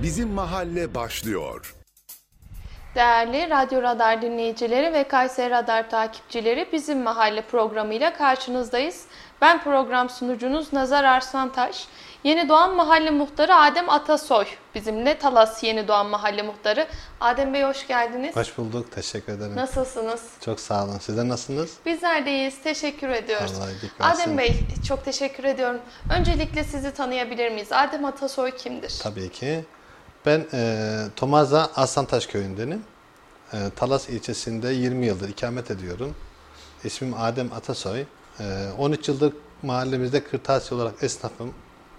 Bizim Mahalle başlıyor. Değerli Radyo Radar dinleyicileri ve Kayseri Radar takipçileri, Bizim Mahalle programıyla karşınızdayız. Ben program sunucunuz Nazar Arslantaş. Yeni Doğan Mahalle Muhtarı Adem Atasoy bizimle, Talas Yeni Doğan Mahalle Muhtarı. Adem Bey, hoş geldiniz. Hoş bulduk, teşekkür ederim. Nasılsınız? Çok sağ olun. Sizler nasılsınız? Bizler de iyiyiz, teşekkür ediyoruz. Allah iyilik versin. Adem Bey, çok teşekkür ediyorum. Öncelikle sizi tanıyabilir miyiz? Adem Atasoy kimdir? Tabii ki. Ben Tomarza Arslantaş köyündenim. Talas ilçesinde 20 yıldır ikamet ediyorum. İsmim Adem Atasoy. 13 yıldır mahallemizde kırtasiye olarak esnafım.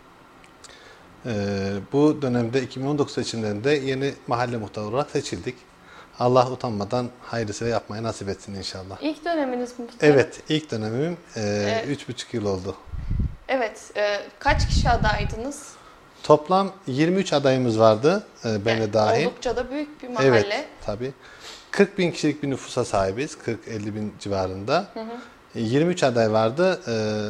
Bu dönemde 2019 seçimlerinde yeni mahalle muhtarı olarak seçildik. Allah utanmadan hayırlısıyla yapmayı nasip etsin inşallah. İlk döneminiz muhtarım? Evet, ilk dönemim 3,5 yıl oldu. Evet, kaç kişi adaydınız? Toplam 23 adayımız vardı, ben de dahil. Oldukça da büyük bir mahalle. Evet, tabii. 40 bin kişilik bir nüfusa sahibiz, 40-50 bin civarında. 23 aday vardı.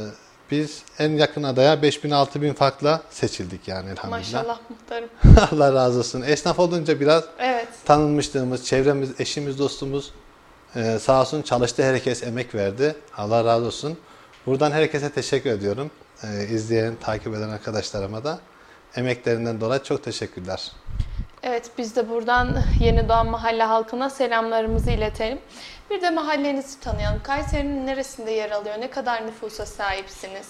Biz en yakın adaya 5.000-6.000 bin farkla seçildik yani elhamdülillah. Maşallah muhtarım. Allah razı olsun. Esnaf olunca biraz Evet. tanınmışlığımız, çevremiz, eşimiz, dostumuz sağ olsun çalıştı, herkes emek verdi. Allah razı olsun. Buradan herkese teşekkür ediyorum. İzleyen, takip eden arkadaşlarıma da emeklerinden dolayı çok teşekkürler. Evet, biz de buradan Yeni Doğan Mahalle halkına selamlarımızı iletelim. Bir de mahallenizi tanıyalım. Kayseri'nin neresinde yer alıyor? Ne kadar nüfusa sahipsiniz?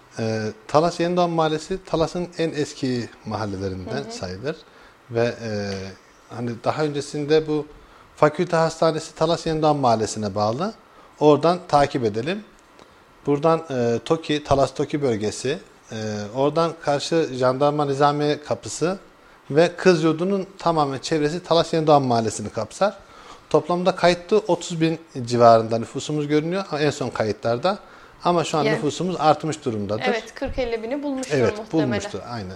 Talas Yeni Doğan Mahallesi, Talas'ın en eski mahallelerinden sayılır. Ve hani daha öncesinde bu Fakülte Hastanesi Talas Yeni Doğan Mahallesi'ne bağlı. Oradan takip edelim. Buradan TOKİ, Talas TOKİ bölgesi, oradan karşı Jandarma Nizamiye Kapısı ve Kız Yurdu'nun tamamen çevresi Talas Yeni Doğan Mahallesi'ni kapsar. Toplamda kayıtlı 30 bin civarında nüfusumuz görünüyor en son kayıtlarda. Ama şu an nüfusumuz artmış durumdadır. Evet, 40-50 bini bulmuştur muhtemelen. Bulmuştur, aynen.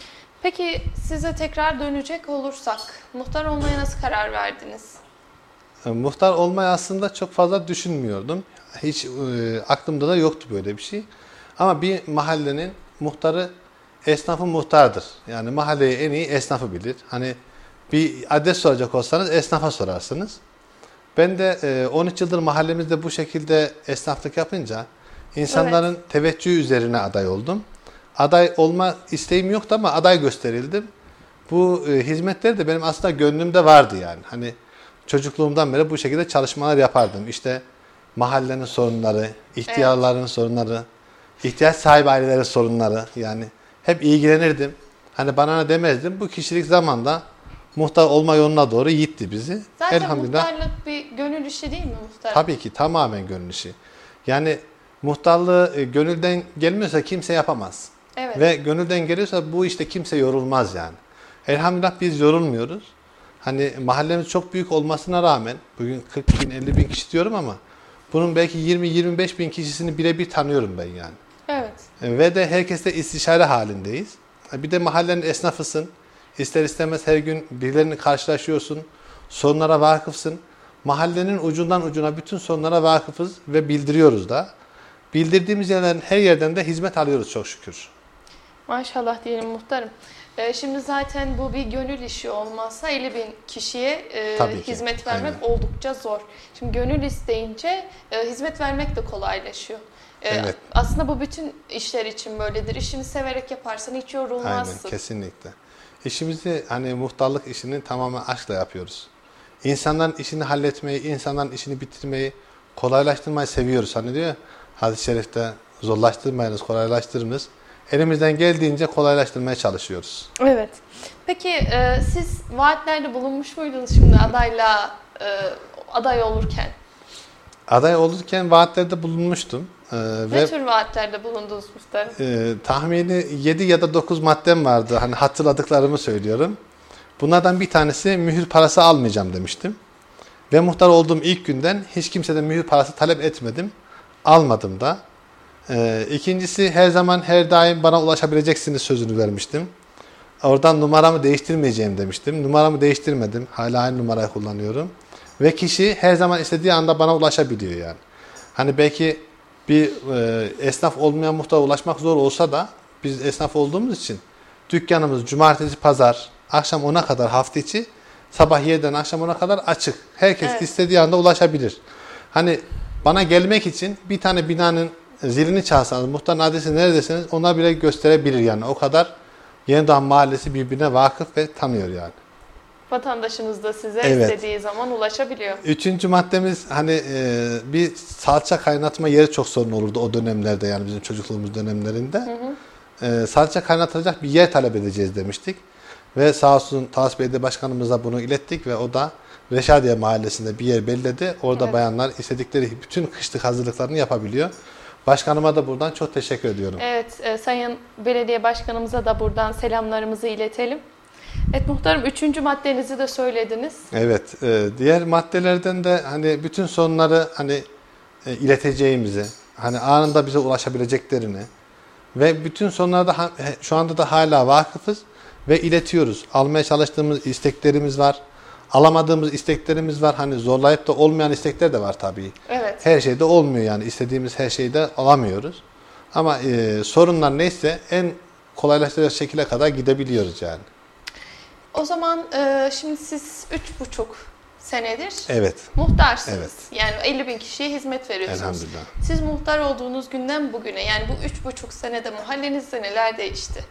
Peki size tekrar dönecek olursak, muhtar olmaya nasıl karar verdiniz? Muhtar olmayı aslında çok fazla düşünmüyordum. Hiç aklımda da yoktu böyle bir şey. Ama bir mahallenin muhtarı, esnafı muhtardır. Yani mahalleyi en iyi esnafı bilir. Hani bir adres soracak olsanız esnafa sorarsınız. Ben de 13 yıldır mahallemizde bu şekilde esnaflık yapınca insanların teveccühü üzerine aday oldum. Aday olma isteğim yoktu ama aday gösterildim. Bu hizmetler de benim aslında gönlümde vardı yani. Hani çocukluğumdan beri bu şekilde çalışmalar yapardım. İşte mahallenin sorunları, ihtiyarların sorunları, ihtiyaç sahibi ailelerin sorunları, yani hep ilgilenirdim. Hani bana ne demezdim. Bu kişilik zamanla muhtar olma yoluna doğru gitti bizi. Zaten Elhamdülillah. muhtarlık bir gönül işi değil mi muhtar? Tabii ki tamamen gönül işi. Yani muhtarlığı gönülden gelmiyorsa kimse yapamaz. Evet. Ve gönülden geliyorsa bu işte kimse yorulmaz yani. Elhamdülillah biz yorulmuyoruz. Hani mahallemiz çok büyük olmasına rağmen bugün 40 bin 50 bin kişi diyorum ama bunun belki 20-25 bin kişisini birebir tanıyorum ben yani. Evet. Ve de herkesle istişare halindeyiz. Bir de mahallenin esnafısın. İster istemez her gün birilerini karşılaşıyorsun. Sorunlara vakıfsın. Mahallenin ucundan ucuna bütün sorunlara vakıfız ve bildiriyoruz da. Bildirdiğimiz yerlerin her yerden de hizmet alıyoruz çok şükür. Maşallah diyelim muhtarım. Şimdi zaten bu bir gönül işi olmazsa 50 bin kişiye hizmet vermek oldukça zor. Şimdi gönül isteyince hizmet vermek de kolaylaşıyor. Evet. Aslında bu bütün işler için böyledir. İşini severek yaparsan hiç yorulmazsın. Aynen, kesinlikle. İşimizi, hani muhtarlık işini tamamen aşkla yapıyoruz. İnsanların işini halletmeyi, insanların işini bitirmeyi, kolaylaştırmayı seviyoruz. Hani diyor hadis-i şerifte, zorlaştırmayınız, kolaylaştırınız. Elimizden geldiğince kolaylaştırmaya çalışıyoruz. Evet. Peki siz vaatlerde bulunmuş muydunuz şimdi aday olurken? Aday olurken vaatlerde bulunmuştum. Ne tür vaatlerde bulundunuz muhtarım? Tahmini 7 ya da 9 maddem vardı. Hani hatırladıklarımı söylüyorum. Bunlardan bir tanesi mühür parası almayacağım demiştim. Ve muhtar olduğum ilk günden hiç kimseden mühür parası talep etmedim. Almadım da. İkincisi her zaman her daim bana ulaşabileceksiniz sözünü vermiştim. Oradan numaramı değiştirmeyeceğim demiştim. Numaramı değiştirmedim. Hala aynı numarayı kullanıyorum. Ve kişi her zaman istediği anda bana ulaşabiliyor yani. Hani belki bir esnaf olmayan muhtara ulaşmak zor olsa da biz esnaf olduğumuz için dükkanımız cumartesi, pazar akşam 10'a kadar hafta içi, sabah 7'den akşam 10'a kadar açık. Herkes Evet. istediği anda ulaşabilir. Hani bana gelmek için bir tane binanın zilini çalsanız, muhtarın adresi neredesiniz ona bile gösterebilir yani. O kadar Yenidoğan Mahallesi birbirine vakıf ve tanıyor yani. Vatandaşınız da size Evet. istediği zaman ulaşabiliyor. Üçüncü maddemiz hani bir salça kaynatma yeri çok sorun olurdu o dönemlerde yani bizim çocukluğumuz dönemlerinde. Salça kaynatılacak bir yer talep edeceğiz demiştik. Ve sağ olsun Talas Belediye Başkanımıza bunu ilettik ve o da Reşadiye Mahallesi'nde bir yer belledi. Orada Evet. bayanlar istedikleri bütün kışlık hazırlıklarını yapabiliyor. Başkanıma da buradan çok teşekkür ediyorum. Evet, Sayın Belediye Başkanımıza da buradan selamlarımızı iletelim. Evet muhtarım, 3. maddenizi de söylediniz. Evet, diğer maddelerden de hani bütün sorunları hani ileteceğimizi, hani anında bize ulaşabileceklerini ve bütün sorunlara da şu anda da hala vakıfız ve iletiyoruz. Almaya çalıştığımız isteklerimiz var, alamadığımız isteklerimiz var. Hani zorlayıp da olmayan istekler de var tabii. Evet. Her şeyde olmuyor yani istediğimiz her şeyi de alamıyoruz. Ama sorunlar neyse en kolaylaştıracak şekilde kadar gidebiliyoruz yani. O zaman şimdi siz 3,5 senedir Evet. muhtarsınız. Evet. Yani 50.000 kişiye hizmet veriyorsunuz. Elhamdülillah. Siz muhtar olduğunuz günden bugüne, yani bu 3,5 senede mahallenizde neler değişti?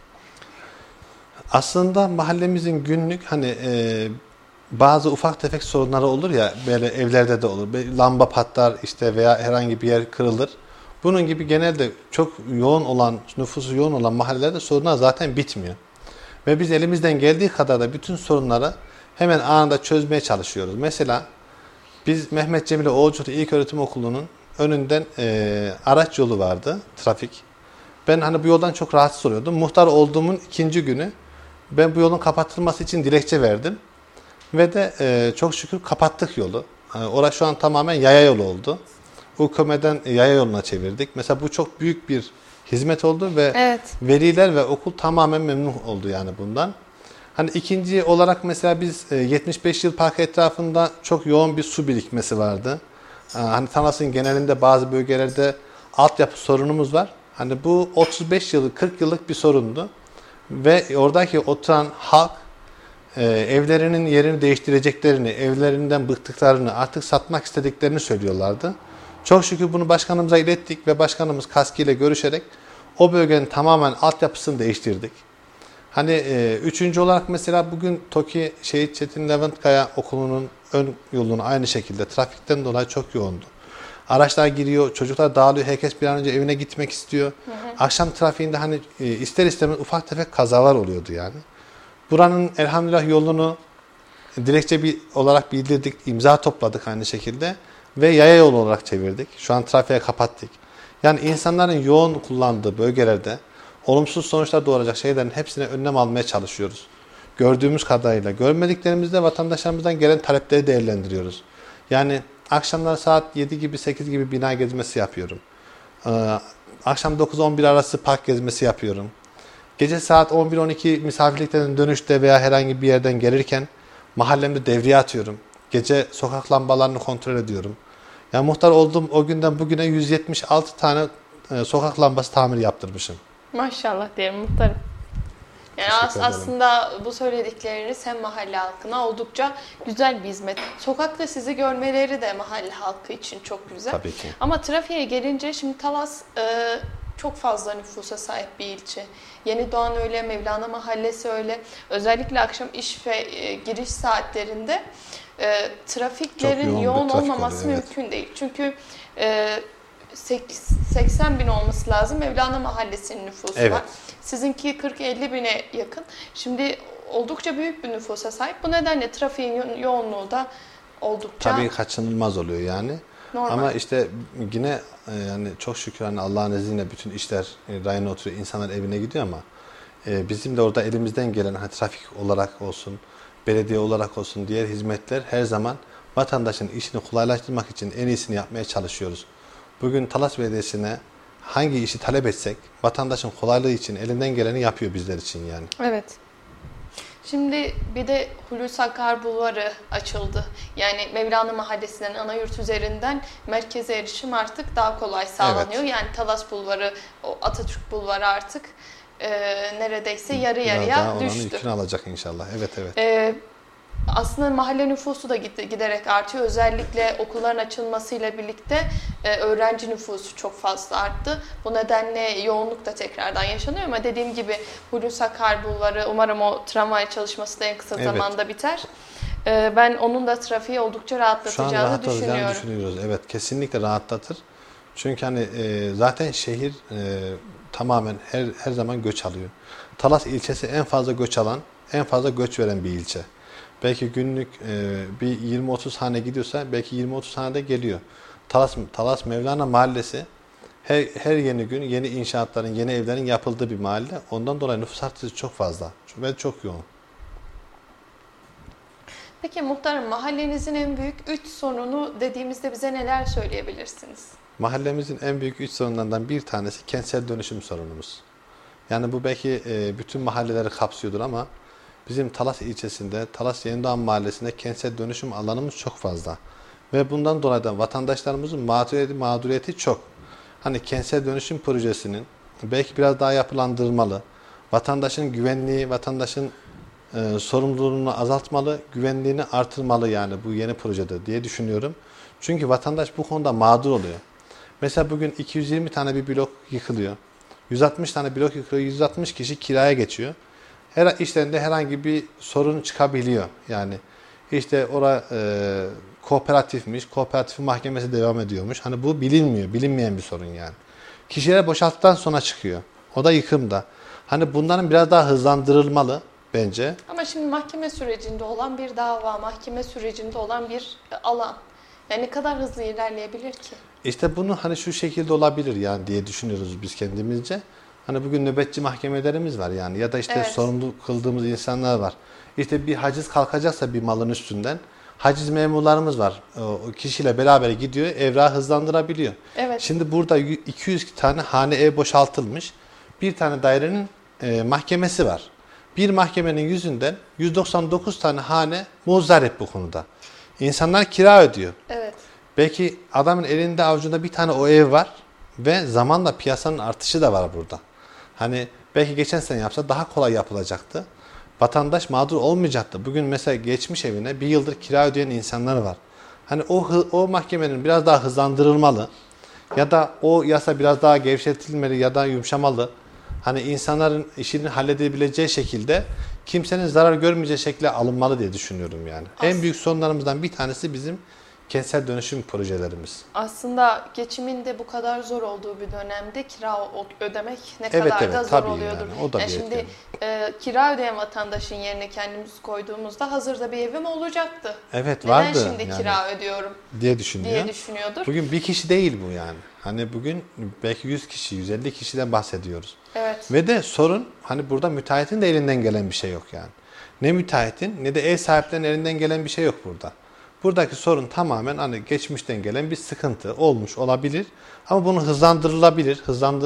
Aslında mahallemizin günlük hani bazı ufak tefek sorunları olur ya, böyle evlerde de olur. Bir lamba patlar işte veya herhangi bir yer kırılır. Bunun gibi genelde çok yoğun olan, nüfusu yoğun olan mahallelerde sorunlar zaten bitmiyor. Ve biz elimizden geldiği kadar da bütün sorunları hemen anında çözmeye çalışıyoruz. Mesela biz Mehmet Cemile Oğuzcu İlköğretim Okulu'nun önünden araç yolu vardı, trafik. Ben hani bu yoldan çok rahatsız oluyordum. Muhtar olduğumun 2. günü ben bu yolun kapatılması için dilekçe verdim. Ve de çok şükür kapattık yolu. Orası şu an tamamen yaya yolu oldu. UKM'den yaya yoluna çevirdik. Mesela bu çok büyük bir hizmet oldu ve Evet. veliler ve okul tamamen memnun oldu yani bundan. Hani ikinci olarak mesela biz 75 yıl park etrafında çok yoğun bir su birikmesi vardı. Hani Tanas'ın genelinde bazı bölgelerde altyapı sorunumuz var. Hani bu 35 yıllık, 40 yıllık bir sorundu. Ve oradaki oturan halk evlerinin yerini değiştireceklerini, evlerinden bıktıklarını, artık satmak istediklerini söylüyorlardı. Çok şükür bunu başkanımıza ilettik ve başkanımız KASK ile görüşerek o bölgenin tamamen altyapısını değiştirdik. Hani üçüncü olarak mesela bugün TOKİ Şehit Çetin Leventkaya Okulu'nun ön yolunu aynı şekilde trafikten dolayı çok yoğundu. Araçlar giriyor, çocuklar dağılıyor, herkes bir an önce evine gitmek istiyor. Akşam trafiğinde hani ister istemez ufak tefek kazalar oluyordu yani. Buranın elhamdülillah yolunu dilekçe olarak bildirdik, imza topladık aynı şekilde ve yaya yolu olarak çevirdik. Şu an trafiğe kapattık. Yani insanların yoğun kullandığı bölgelerde olumsuz sonuçlar doğuracak şeylerin hepsine önlem almaya çalışıyoruz. Gördüğümüz kadarıyla. Görmediklerimizde vatandaşlarımızdan gelen talepleri değerlendiriyoruz. Yani akşamlar saat 7 gibi 8 gibi bina gezmesi yapıyorum. Akşam 9-11 arası park gezmesi yapıyorum. Gece saat 11-12 misafirlikten dönüşte veya herhangi bir yerden gelirken mahallemde devriye atıyorum. Gece sokak lambalarını kontrol ediyorum. Yani muhtar olduğum o günden bugüne 176 tane sokak lambası tamiri yaptırmışım. Maşallah diyelim muhtarım. Yani Teşekkür ederim. aslında bu söyledikleriniz hem mahalle halkına oldukça güzel bir hizmet. Sokakta sizi görmeleri de mahalle halkı için çok güzel. Tabii ki. Ama trafiğe gelince şimdi Talas çok fazla nüfusa sahip bir ilçe. Yenidoğan öyle, Mevlana Mahallesi öyle. Özellikle akşam iş ve giriş saatlerinde trafiklerin yoğun bir yoğun trafik olmaması oluyor, evet. mümkün değil. Çünkü 80 bin olması lazım. Mevlana Mahallesi'nin nüfusu Evet. var. Sizinki 40-50 bine yakın. Şimdi oldukça büyük bir nüfusa sahip. Bu nedenle trafiğin yoğunluğu da oldukça Tabii kaçınılmaz oluyor yani. normal. Ama işte yine yani çok şükür hani Allah'ın izniyle bütün işler rayına oturuyor. İnsanlar evine gidiyor ama bizim de orada elimizden gelen hani trafik olarak olsun, belediye olarak olsun diğer hizmetler her zaman vatandaşın işini kolaylaştırmak için en iyisini yapmaya çalışıyoruz. Bugün Talas Belediyesi'ne hangi işi talep etsek vatandaşın kolaylığı için elinden geleni yapıyor bizler için yani. Evet. Şimdi bir de Hulusi Akar Bulvarı açıldı. Yani Mevlana Mahallesi'nden Anayurt üzerinden merkeze erişim artık daha kolay sağlanıyor. Evet. Yani Talas Bulvarı, o Atatürk Bulvarı artık neredeyse yarı Biraz yarıya daha oranın düştü. yükünü alacak inşallah. Evet. Aslında mahalle nüfusu da giderek artıyor. Özellikle okulların açılmasıyla birlikte öğrenci nüfusu çok fazla arttı. Bu nedenle yoğunluk da tekrardan yaşanıyor ama dediğim gibi Hulusi Akar Bulvarı, umarım o tramvay çalışması da en kısa zamanda biter. Ben onun da trafiği oldukça rahatlatacağını düşünüyorum. Düşünüyoruz. Evet, kesinlikle rahatlatır. Çünkü hani zaten şehir tamamen her zaman göç alıyor. Talas ilçesi en fazla göç alan, en fazla göç veren bir ilçe. Belki günlük bir 20-30 hane gidiyorsa belki 20-30 hane de geliyor. Talas Mevlana Mahallesi her yeni gün yeni inşaatların, yeni evlerin yapıldığı bir mahalle. Ondan dolayı nüfus artışı çok fazla ve çok yoğun. Peki muhtarım, mahallenizin en büyük 3 sorunu dediğimizde bize neler söyleyebilirsiniz? Mahallemizin en büyük 3 sorunlarından bir tanesi kentsel dönüşüm sorunumuz. Yani bu belki bütün mahalleleri kapsıyordur ama bizim Talas ilçesinde, Talas Yenidoğan Mahallesi'nde kentsel dönüşüm alanımız çok fazla. Ve bundan dolayı da vatandaşlarımızın mağduriyeti çok. Hani kentsel dönüşüm projesinin belki biraz daha yapılandırılmalı. Vatandaşın güvenliği, vatandaşın sorumluluğunu azaltmalı, güvenliğini artırmalı yani bu yeni projede diye düşünüyorum. Çünkü vatandaş bu konuda mağdur oluyor. Mesela bugün 220 tane bir blok yıkılıyor. 160 tane blok yıkılıyor, 160 kişi kiraya geçiyor. Her işlerinde herhangi bir sorun çıkabiliyor. Yani işte kooperatifmiş, kooperatif mahkemesi devam ediyormuş. Hani bu bilinmiyor, bilinmeyen bir sorun yani. Kişiler boşalttıktan sonra çıkıyor. O da yıkımda. Hani bunların biraz daha hızlandırılmalı bence. Ama şimdi mahkeme sürecinde olan bir dava, mahkeme sürecinde olan bir alan. Yani ne kadar hızlı ilerleyebilir ki? İşte bunu hani şu şekilde olabilir yani diye düşünüyoruz biz kendimizce. Hani bugün nöbetçi mahkemelerimiz var yani ya da işte sorumlu kıldığımız insanlar var. İşte bir haciz kalkacaksa bir malın üstünden haciz memurlarımız var. O kişiyle beraber gidiyor, evrağı hızlandırabiliyor. Evet. Şimdi burada 200 tane hane ev boşaltılmış. Bir tane dairenin mahkemesi var. Bir mahkemenin yüzünden 199 tane hane muzdarip bu konuda. İnsanlar kira ödüyor. Evet. Belki adamın elinde avucunda bir tane o ev var ve zamanla piyasanın artışı da var burada. Hani belki geçen sene yapsa daha kolay yapılacaktı. Vatandaş mağdur olmayacaktı. Bugün mesela geçmiş evine bir yıldır kira ödeyen insanlar var. Hani o mahkemenin biraz daha hızlandırılmalı ya da o yasa biraz daha gevşetilmeli ya da yumuşamalı. Hani insanların işini halledebileceği şekilde kimsenin zarar görmeyeceği şekilde alınmalı diye düşünüyorum yani. En büyük sorunlarımızdan bir tanesi bizim kentsel dönüşüm projelerimiz. Aslında geçimin de bu kadar zor olduğu bir dönemde kira ödemek ne kadar da zor oluyordur. Yani, o da yani şimdi kira ödeyen vatandaşın yerine kendimizi koyduğumuzda hazırda bir evim olacaktı. Evet, neden vardı. Neden şimdi kira ödüyorum diye düşünüyordur. Bugün bir kişi değil bu yani. Hani bugün belki 100 kişi, 150 kişiden bahsediyoruz. Evet. Ve de sorun hani burada müteahhitin de elinden gelen bir şey yok yani. Ne müteahhitin ne de ev sahiplerinin elinden gelen bir şey yok burada. Buradaki sorun tamamen hani geçmişten gelen bir sıkıntı olmuş olabilir. Ama bunu hızlandırılabilir.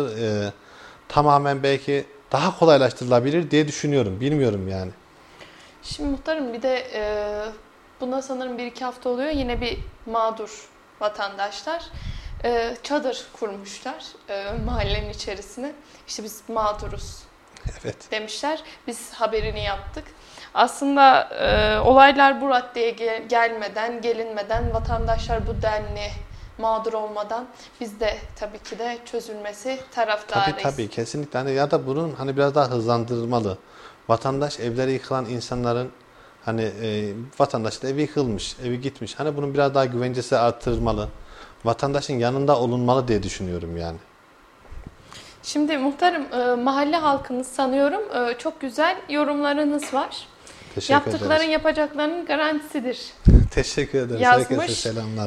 Tamamen belki daha kolaylaştırılabilir diye düşünüyorum. Bilmiyorum yani. Şimdi muhtarım bir de buna sanırım 1-2 hafta oluyor. Yine bir mağdur vatandaşlar çadır kurmuşlar mahallenin içerisine. İşte biz mağduruz demişler. Biz haberini yaptık. Aslında olaylar bu raddeye gelinmeden vatandaşlar bu denli mağdur olmadan biz de tabii ki de çözülmesi taraftarıyız. Tabii kesinlikle. Hani ya da bunun hani biraz daha hızlandırılmalı. Vatandaş evleri yıkılan insanların hani vatandaşın evi yıkılmış, evi gitmiş. Hani bunun biraz daha güvencesi artırılmalı. Vatandaşın yanında olunmalı diye düşünüyorum yani. Şimdi muhtarım mahalle halkınız sanıyorum çok güzel yorumlarınız var. Yaptıkların yapacaklarının garantisidir. Teşekkür ederiz. Yazmış. Herkese selamlar.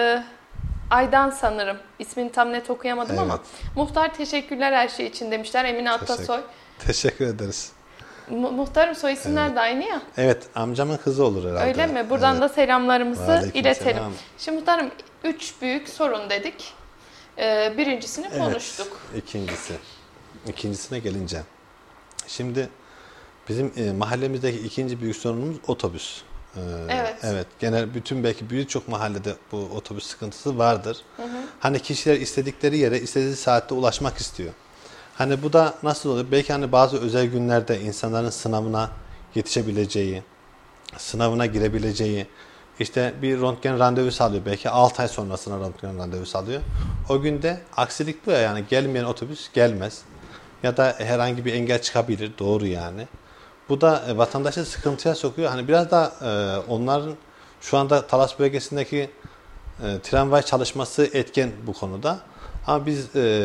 Aydan sanırım. İsmini tam net okuyamadım ama. Muhtar teşekkürler her şey için demişler. Emine Atasoy. Teşekkür ederiz. Muhtarım soy isimler de aynı ya. Evet, amcamın kızı olur herhalde. Öyle mi? Buradan da selamlarımızı iletelim. Selam. Şimdi muhtarım 3 büyük sorun dedik. Birincisini konuştuk. İkincisine gelince. Şimdi bizim mahallemizdeki ikinci büyük sorunumuz otobüs. Evet. Genel bütün belki birçok mahallede bu otobüs sıkıntısı vardır. Hani kişiler istedikleri yere istediği saatte ulaşmak istiyor. Hani bu da nasıl oluyor? Belki hani bazı özel günlerde insanların sınavına yetişebileceği, sınavına girebileceği, işte bir röntgen randevusu alıyor. Belki 6 ay sonrasına röntgen randevusu alıyor. O günde aksilik bu ya, yani gelmeyen otobüs gelmez. Ya da herhangi bir engel çıkabilir. Doğru yani. Bu da vatandaşı sıkıntıya sokuyor. Hani biraz da onların şu anda Talas bölgesindeki tramvay çalışması etken bu konuda. Ama biz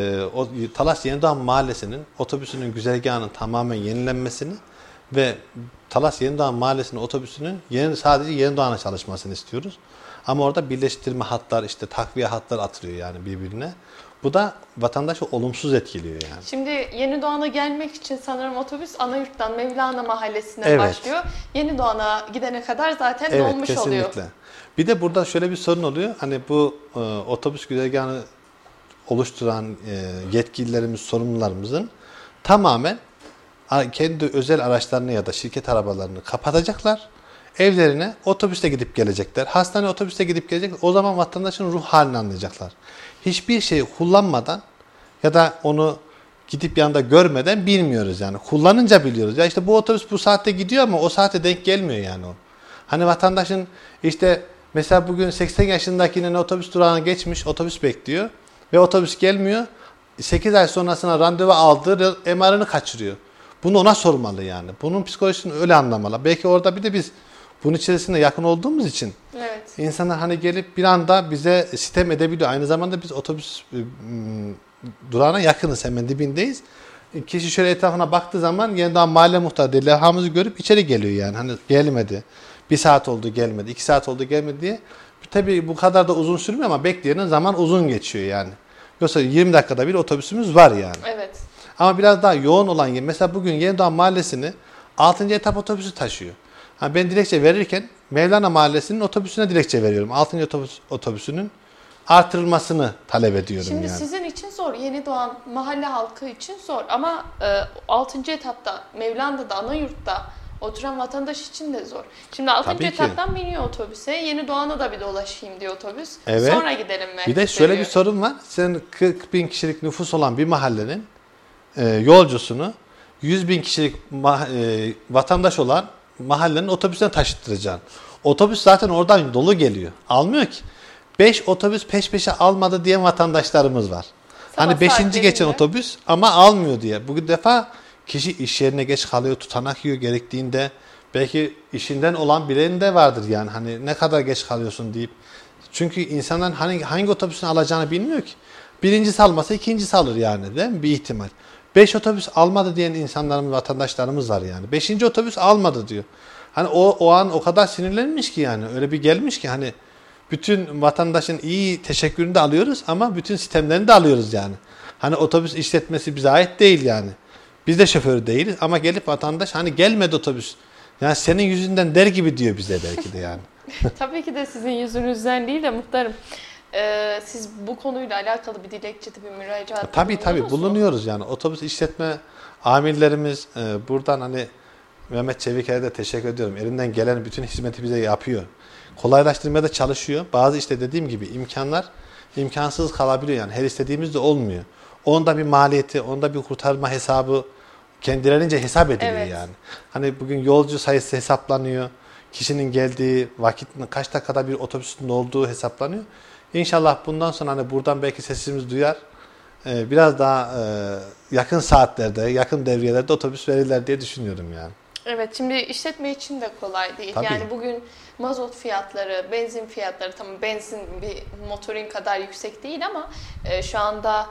Talas Yenidoğan Mahallesi'nin otobüsünün güzergahının tamamen yenilenmesini ve Talas Yenidoğan Mahallesi'nin otobüsünün sadece Yenidoğan'a çalışmasını istiyoruz. Ama orada birleştirme hatlar, işte takviye hatlar atılıyor yani birbirine. Bu da vatandaşı olumsuz etkiliyor yani. Şimdi Yenidoğan'a gelmek için sanırım otobüs Anayurt'tan Mevlana Mahallesi'ne başlıyor. Yenidoğan'a gidene kadar zaten dolmuş oluyor. Kesinlikle. Bir de burada şöyle bir sorun oluyor. Hani bu otobüs güzergahını oluşturan yetkililerimiz, sorumlularımızın tamamen kendi özel araçlarını ya da şirket arabalarını kapatacaklar. Evlerine otobüste gidip gelecekler. Hastaneye otobüste gidip gelecekler. O zaman vatandaşın ruh halini anlayacaklar. Hiçbir şeyi kullanmadan ya da onu gidip yanında görmeden bilmiyoruz yani. Kullanınca biliyoruz. Ya işte bu otobüs bu saatte gidiyor ama o saate denk gelmiyor yani o. Hani vatandaşın işte mesela bugün 80 yaşındakinin otobüs durağına geçmiş, otobüs bekliyor ve otobüs gelmiyor. 8 ay sonrasına randevu aldığı MR'ını kaçırıyor. Bunu ona sormalı yani. Bunun psikolojisini öyle anlamalı. Belki orada bir de biz bunun içerisinde yakın olduğumuz için insanlar hani gelip bir anda bize sitem edebiliyor. Aynı zamanda biz otobüs durağına yakınız, hemen dibindeyiz. Kişi şöyle etrafına baktığı zaman Yenidoğan Mahalle Muhtarı diye levhamızı görüp içeri geliyor yani. Hani gelmedi. 1 saat oldu gelmedi, 2 saat oldu gelmedi diye. Tabii bu kadar da uzun sürmüyor ama bekleyenin zaman uzun geçiyor yani. Yoksa 20 dakikada bir otobüsümüz var yani. Evet. Ama biraz daha yoğun olan yer. Mesela bugün Yenidoğan Mahallesi'ni 6. etap otobüsü taşıyor. Yani ben dilekçe verirken Mevlana Mahallesi'nin otobüsüne dilekçe veriyorum. 6. otobüsünün artırılmasını talep ediyorum. Şimdi yani. sizin için zor. Yenidoğan mahalle halkı için zor. Ama 6. etapta Mevlana'da, Anayurt'ta oturan vatandaş için de zor. Şimdi 6. etaptan biniyor otobüse. Yenidoğan'a da bir dolaşayım diyor otobüs. Evet. Sonra gidelim mi? Bir de şöyle bir sorun var. Sen 40 bin kişilik nüfus olan bir mahallenin yolcusunu 100 bin kişilik vatandaş olan mahallenin otobüsüne taşıttıracaksın. Otobüs zaten oradan dolu geliyor. Almıyor ki. 5 otobüs peş peşe almadı diyen vatandaşlarımız var. Sabah hani 5. geçen otobüs ama almıyor diye. Bu defa kişi iş yerine geç kalıyor, tutanak yiyor gerektiğinde. Belki işinden olan birinin de vardır yani. Hani ne kadar geç kalıyorsun deyip. Çünkü insanlar hangi otobüsünü alacağını bilmiyor ki. Birincisi almasa ikincisi alır yani, değil mi? Bir ihtimal. 5 otobüs almadı diyen insanlarımız, vatandaşlarımız var yani. 5. otobüs almadı diyor. Hani o an o kadar sinirlenmiş ki yani. Öyle bir gelmiş ki hani bütün vatandaşın iyi teşekkürünü de alıyoruz ama bütün sistemlerini de alıyoruz yani. Hani otobüs işletmesi bize ait değil yani. Biz de şoförü değiliz ama gelip vatandaş hani gelmedi otobüs. Yani senin yüzünden der gibi diyor bize belki de yani. Tabii ki de sizin yüzünüzden değil de muhtarım. Siz bu konuyla alakalı bir dilekçede bir müracaat Tabii bulunuyoruz yani. Otobüs işletme amirlerimiz buradan hani Mehmet Çeviker'e de teşekkür ediyorum. Elinden gelen bütün hizmeti bize yapıyor. Kolaylaştırmaya da çalışıyor. Bazı işte dediğim gibi imkanlar imkansız kalabiliyor yani. Her istediğimiz de olmuyor. Onda bir maliyeti, onda bir kurtarma hesabı kendilerince hesap ediliyor yani. Hani bugün yolcu sayısı hesaplanıyor. Kişinin geldiği vakitin kaç dakikada bir otobüsün olduğu hesaplanıyor. İnşallah bundan sonra hani buradan belki sesimiz duyar. Biraz daha yakın saatlerde, yakın devriyelerde otobüs verirler diye düşünüyorum yani. Evet, şimdi işletme için de kolay değil. Tabii. Yani bugün mazot fiyatları, benzin fiyatları, tamam benzin bir motorin kadar yüksek değil ama şu anda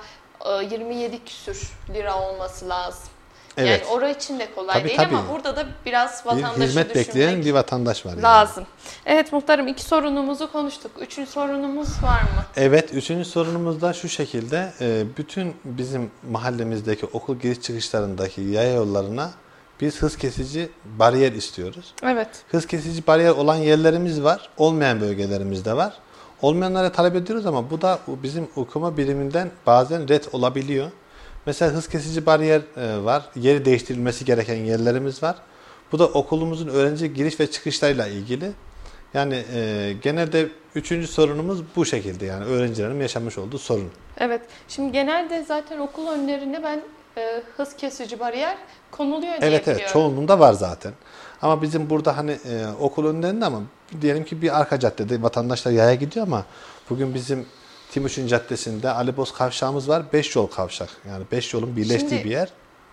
27 küsür lira olması lazım. Evet. Yani orası için de kolay değil ama burada da biraz vatandaşı bir hizmet bekleyen bir vatandaş var. Lazım. Yani. Evet muhtarım, 2 sorunumuzu konuştuk. 3. sorunumuz var mı? Evet, 3. sorunumuz da şu şekilde. Bütün bizim mahallemizdeki okul giriş çıkışlarındaki yaya yollarına biz hız kesici bariyer istiyoruz. Evet. Hız kesici bariyer olan yerlerimiz var. Olmayan bölgelerimiz de var. Olmayanlara talep ediyoruz ama bu da bizim okuma biriminden bazen ret olabiliyor. Mesela hız kesici bariyer var. Yeri değiştirilmesi gereken yerlerimiz var. Bu da okulumuzun öğrenci giriş ve çıkışlarıyla ilgili. Yani genelde 3. sorunumuz bu şekilde yani öğrencilerin yaşamış olduğu sorun. Evet. Şimdi genelde zaten okul önlerinde ben hız kesici bariyer konuluyor diye Evet, biliyorum. evet, çoğunluğunda var zaten. Ama bizim burada hani okul önlerinde, ama diyelim ki bir arka caddede vatandaşlar yaya gidiyor, ama bugün bizim Timuçin Caddesi'nde Ali Boz kavşağımız var. 5 yol kavşak. Yani 5 yolun birleştiği Şimdi, bir yer.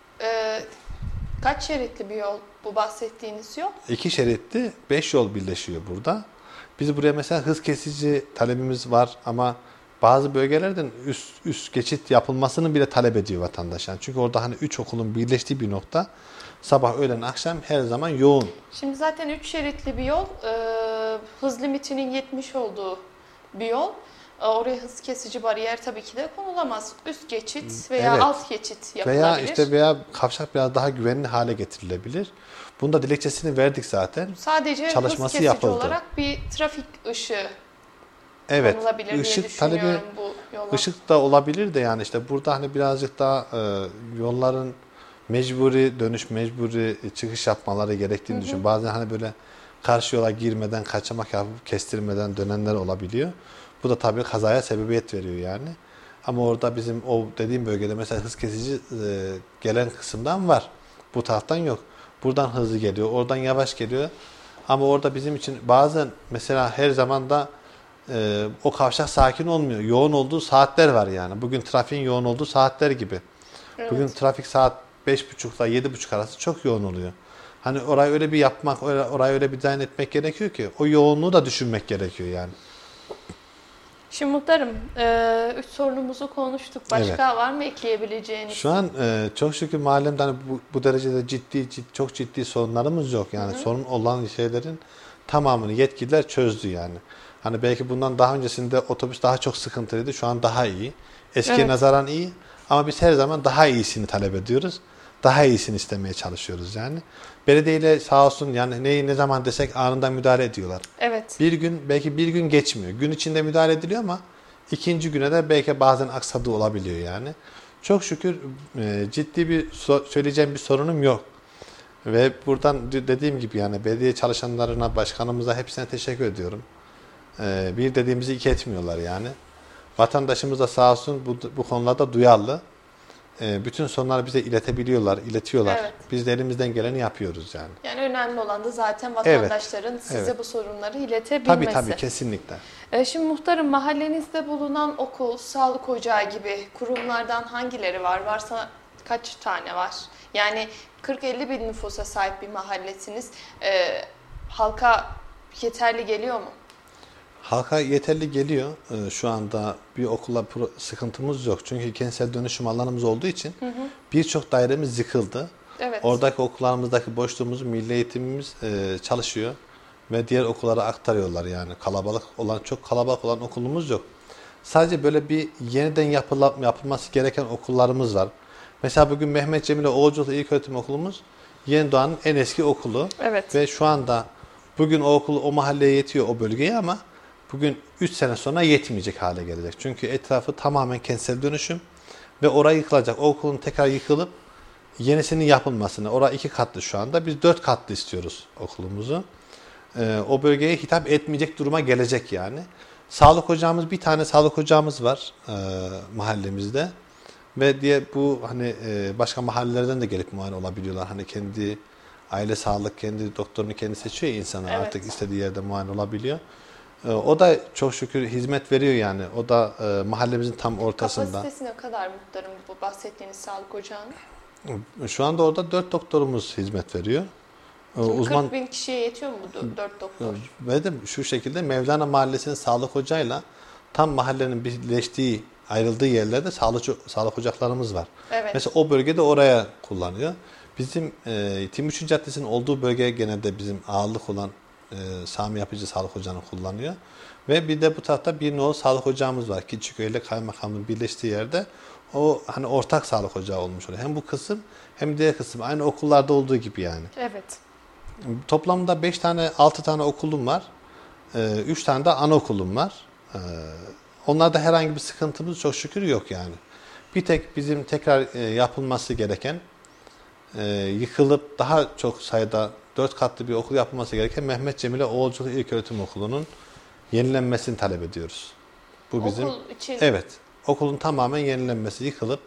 Kaç şeritli bir yol bu bahsettiğiniz yol? 2 şeritli 5 yol birleşiyor burada. Biz buraya mesela hız kesici talebimiz var, ama bazı bölgelerden üst geçit yapılmasını bile talep ediyor vatandaş. Yani çünkü orada hani 3 okulun birleştiği bir nokta. Sabah, öğlen, akşam her zaman yoğun. Şimdi zaten 3 şeritli bir yol, hız limitinin 70 olduğu bir yol. Oraya hız kesici bariyer tabii ki de konulamaz. Üst geçit veya Evet. alt geçit yapılabilir. Veya kavşak biraz daha güvenli hale getirilebilir. Bunun da dilekçesini verdik zaten. Sadece Çalışması hız kesici yapıldı. olarak bir trafik ışığı Evet. konulabilir diye Işık talebi, düşünüyorum bu yola. ışık da olabilir de, yani işte burada hani birazcık daha yolların mecburi dönüş, mecburi çıkış yapmaları gerektiğini düşünüyorum. Bazen hani böyle karşı yola girmeden, kaçamak yapıp kestirmeden dönenler olabiliyor. Bu da tabii kazaya sebebiyet veriyor yani. Ama orada bizim o dediğim bölgede mesela hız kesici gelen kısımdan var. Bu taraftan yok. Buradan hızlı geliyor, oradan yavaş geliyor. Ama orada bizim için bazen mesela her zaman da o kavşak sakin olmuyor. Yoğun olduğu saatler var yani. Bugün trafiğin yoğun olduğu saatler gibi. Evet. Bugün trafik saat 5.30 ile 7.30 arası çok yoğun oluyor. Hani orayı öyle bir yapmak, orayı öyle bir dizayn etmek gerekiyor ki o yoğunluğu da düşünmek gerekiyor yani. Şimdi muhtarım, 3 sorunumuzu konuştuk. Başka var mı ekleyebileceğiniz? Şu an çok şükür mahallemde hani bu derecede çok ciddi sorunlarımız yok. Yani sorun olan şeylerin tamamını yetkililer çözdü yani. Hani belki bundan daha öncesinde otobüs daha çok sıkıntılıydı. Şu an daha iyi. Eskiye Evet. nazaran iyi. Ama biz her zaman daha iyisini talep ediyoruz. Daha iyisini istemeye çalışıyoruz yani. Belediyeyle sağ olsun yani neyi ne zaman desek anında müdahale ediyorlar. Evet. Belki bir gün geçmiyor. Gün içinde müdahale ediliyor ama ikinci güne de belki bazen aksadığı olabiliyor yani. Çok şükür ciddi bir söyleyeceğim bir sorunum yok. Ve buradan dediğim gibi yani belediye çalışanlarına, başkanımıza hepsine teşekkür ediyorum. Bir dediğimizi iki etmiyorlar yani. Vatandaşımız da sağ olsun bu konularda duyarlı. Bütün sorunları bize iletiyorlar. Evet. Biz de elimizden geleni yapıyoruz yani. Yani önemli olan da zaten vatandaşların size evet. bu sorunları iletebilmesi. Tabii kesinlikle. Şimdi muhtarım, mahallenizde bulunan okul, sağlık ocağı gibi kurumlardan hangileri var? Varsa kaç tane var? Yani 40-50 bin nüfusa sahip bir mahallesiniz. Halka yeterli geliyor mu? Halka yeterli geliyor. Şu anda bir okula sıkıntımız yok. Çünkü kentsel dönüşüm alanımız olduğu için birçok dairemiz yıkıldı. Evet. Oradaki okullarımızdaki boşluğumuzu Milli Eğitimimiz çalışıyor ve diğer okullara aktarıyorlar yani. Çok kalabalık olan okulumuz yok. Sadece böyle bir yeniden yapılması gereken okullarımız var. Mesela bugün Mehmet Cemile Oğulculu İlköğretim Okulumuz Yeni Doğan'ın en eski okulu. Evet. Ve şu anda bugün o okul o mahalleye yetiyor, o bölgeye, ama bugün 3 sene sonra yetmeyecek hale gelecek. Çünkü etrafı tamamen kentsel dönüşüm ve orayı yıkılacak. O okulun tekrar yıkılıp yenisinin yapılmasını. Orası 2 katlı şu anda. Biz 4 katlı istiyoruz okulumuzu. O bölgeye hitap etmeyecek duruma gelecek yani. Sağlık ocağımız, bir tane sağlık ocağımız var mahallemizde. Ve bu hani başka mahallelerden de gelip muayene olabiliyorlar. Hani kendi aile sağlık, kendi doktorunu kendi seçiyor ya insanlar. Evet. Artık istediği yerde muayene olabiliyor. O da çok şükür hizmet veriyor yani. O da mahallemizin tam ortasında. Kapasitesi ne kadar muhtarım bu bahsettiğiniz sağlık ocağının? Şu anda orada 4 doktorumuz hizmet veriyor. Şimdi 40 bin kişiye yetiyor mu bu 4 doktor? Ve de şu şekilde Mevlana Mahallesi'nin sağlık ocağıyla tam mahallenin birleştiği, ayrıldığı yerlerde sağlık ocaklarımız var. Evet. Mesela o bölgede oraya kullanıyor. Bizim Timuçin Caddesi'nin olduğu bölgeye genelde bizim ağırlık olan Sami Yapıcı Sağlık Ocağı'nı kullanıyor. Ve bir de bu tarafta bir nolu sağlık ocağımız var. Küçükköy ile Kaymakamlığın birleştiği yerde o hani ortak sağlık ocağı olmuş oluyor. Hem bu kısım hem diğer kısım aynı okullarda olduğu gibi yani. Evet. Toplamda 6 tane okulum var. 3 tane de anaokulum var. Onlarda herhangi bir sıkıntımız çok şükür yok yani. Bir tek bizim tekrar yapılması gereken, yıkılıp daha çok sayıda 4 katlı bir okul yapılması gereken Mehmet Cemile Oğulculu İlköğretim Okulu'nun yenilenmesini talep ediyoruz. Bu bizim Okul için. Evet. Okulun tamamen yenilenmesi, yıkılıp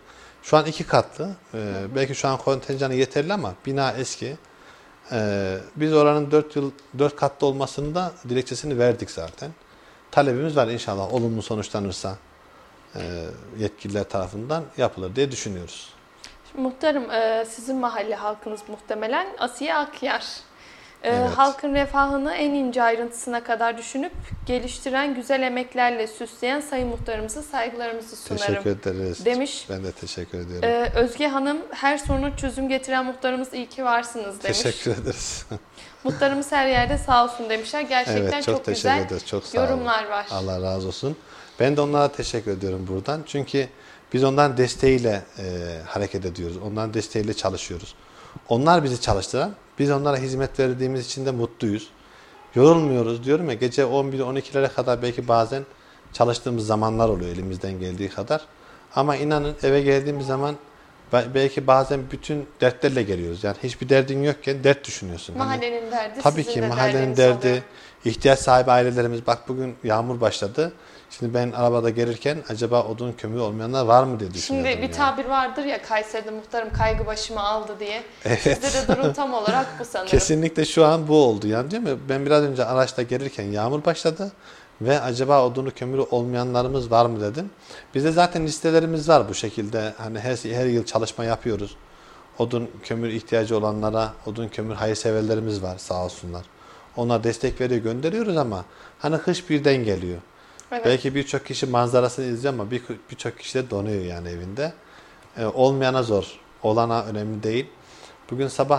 Şu an 2 katlı. Belki şu an kontenjanı yeterli ama bina eski. Biz oranın 4 katlı olmasını da dilekçesini verdik zaten. Talebimiz var, inşallah olumlu sonuçlanırsa yetkililer tarafından yapılır diye düşünüyoruz. Şimdi muhtarım, sizin mahalle halkınız muhtemelen Asiye Akyar. Evet. Halkın refahını en ince ayrıntısına kadar düşünüp geliştiren, güzel emeklerle süsleyen Sayın Muhtarımıza saygılarımızı sunarım. Teşekkür ederiz. Demiş. Ben de teşekkür ediyorum. Özge Hanım, her soruna çözüm getiren muhtarımız iyi ki varsınız demiş. Teşekkür ederiz. Muhtarımız her yerde sağ olsun demişler. Gerçekten Evet, çok teşekkür güzel ederiz. Çok sağ olun. yorumlar var. Allah razı olsun. Ben de onlara teşekkür ediyorum buradan. Çünkü biz onların desteğiyle hareket ediyoruz. Onların desteğiyle çalışıyoruz. Onlar bizi çalıştıran, biz onlara hizmet verdiğimiz için de mutluyuz. Yorulmuyoruz diyorum ya, gece 11-12'lere kadar belki bazen çalıştığımız zamanlar oluyor elimizden geldiği kadar. Ama inanın eve geldiğimiz zaman belki bazen bütün dertlerle geliyoruz. Yani hiçbir derdin yokken dert düşünüyorsun. Mahallenin derdi, tabii sizin ki de mahallenin derdiniz derdi, oluyor. ihtiyaç sahibi ailelerimiz. Bak bugün yağmur başladı. Şimdi ben arabada gelirken acaba odun kömürü olmayanlar var mı diye düşünüyordum. Şimdi bir tabir vardır ya, Kayseri'de muhtarım kaygı başımı aldı diye. Evet. Sizde de durum tam olarak bu sanırım. Kesinlikle şu an bu oldu. Yani değil mi? Ben biraz önce araçta gelirken yağmur başladı ve acaba odunu kömürü olmayanlarımız var mı dedim. Bizde zaten listelerimiz var bu şekilde. Hani her yıl çalışma yapıyoruz. Odun kömür ihtiyacı olanlara odun kömür hayırseverlerimiz var, sağ olsunlar. Ona destek veriyor, gönderiyoruz ama hani kış birden geliyor. Evet. Belki birçok kişi manzarasını izliyor ama birçok kişi de donuyor yani evinde. Olmayana zor, olana önemli değil. Bugün sabah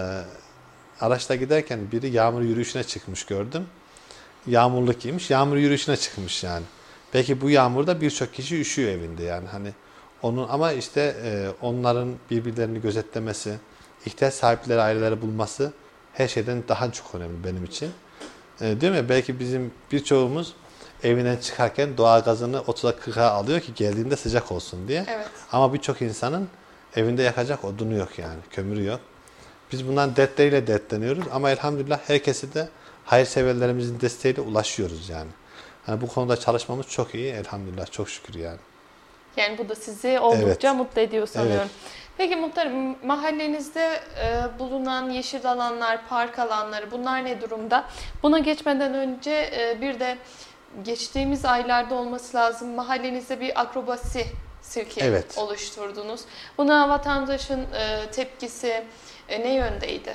araçta giderken biri yağmur yürüyüşüne çıkmış gördüm. Yağmurluk giymiş, yağmur yürüyüşüne çıkmış yani. Belki bu yağmurda birçok kişi üşüyor evinde yani hani onun, ama işte onların birbirlerini gözetlemesi, ihtiyaç sahipleri aileleri bulması her şeyden daha çok önemli benim için. Değil mi? Belki bizim birçoğumuz evinden çıkarken doğalgazını 30'a 40'a alıyor ki geldiğinde sıcak olsun diye. Evet. Ama birçok insanın evinde yakacak odunu yok yani, kömürü yok. Biz bundan dertleriyle dertleniyoruz ama elhamdülillah herkesi de hayırseverlerimizin desteğiyle ulaşıyoruz yani. Hani bu konuda çalışmamız çok iyi elhamdülillah, çok şükür yani. Yani bu da sizi oldukça Evet. mutlu ediyor sanıyorum. Evet. Peki muhtarım, mahallenizde bulunan yeşil alanlar, park alanları, bunlar ne durumda? Buna geçmeden önce bir de geçtiğimiz aylarda olması lazım, mahallenizde bir akrobasi sirki Evet. oluşturdunuz. Buna vatandaşın tepkisi ne yöndeydi?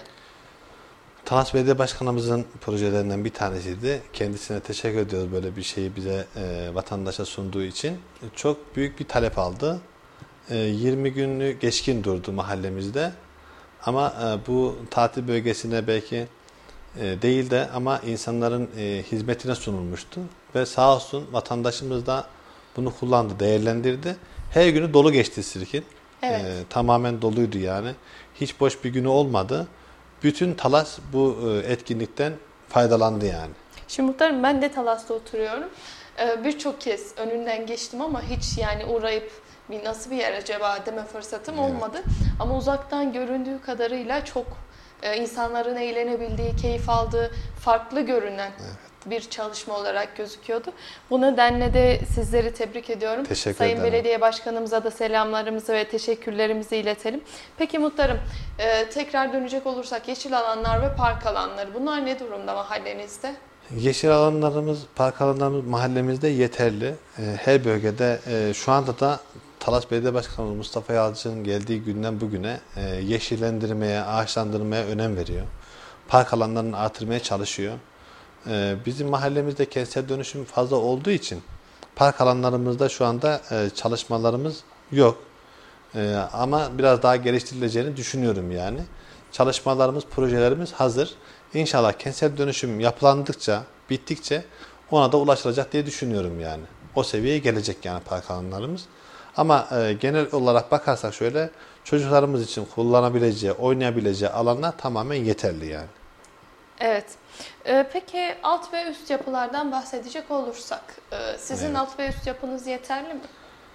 Talas Belediye Başkanımızın projelerinden bir tanesiydi. Kendisine teşekkür ediyoruz böyle bir şeyi bize vatandaşa sunduğu için. Çok büyük bir talep aldı. 20 günü geçkin durdu mahallemizde. Ama bu tatil bölgesine belki değil de ama insanların hizmetine sunulmuştu. Ve sağ olsun vatandaşımız da bunu kullandı, değerlendirdi. Her günü dolu geçti sirkin. Evet. Tamamen doluydu yani. Hiç boş bir günü olmadı. Bütün Talas bu etkinlikten faydalandı yani. Şimdi muhtarım, ben de Talas'ta oturuyorum. Birçok kez önünden geçtim ama hiç yani uğrayıp nasıl bir yer acaba deme fırsatım olmadı. Ama uzaktan göründüğü kadarıyla çok insanların eğlenebildiği, keyif aldığı, farklı görünen bir çalışma olarak gözüküyordu. Bu nedenle de sizleri tebrik ediyorum. Teşekkür Sayın ederim. Belediye Başkanımıza da selamlarımızı ve teşekkürlerimizi iletelim. Peki muhtarım, tekrar dönecek olursak yeşil alanlar ve park alanları, bunlar ne durumda mahallenizde? Yeşil alanlarımız, park alanlarımız mahallemizde yeterli. Her bölgede şu anda da Talas Belediye Başkanı Mustafa Yalçın'ın geldiği günden bugüne yeşillendirmeye, ağaçlandırmaya önem veriyor. Park alanlarını artırmaya çalışıyor. Bizim mahallemizde kentsel dönüşüm fazla olduğu için park alanlarımızda şu anda çalışmalarımız yok. Ama biraz daha geliştirileceğini düşünüyorum yani. Çalışmalarımız, projelerimiz hazır. İnşallah kentsel dönüşüm yapılandıkça, bittikçe ona da ulaşılacak diye düşünüyorum yani. O seviyeye gelecek yani park alanlarımız. Ama genel olarak bakarsak şöyle, çocuklarımız için kullanabileceği, oynayabileceği alanlar tamamen yeterli yani. Evet. Peki alt ve üst yapılardan bahsedecek olursak, sizin Evet. alt ve üst yapınız yeterli mi?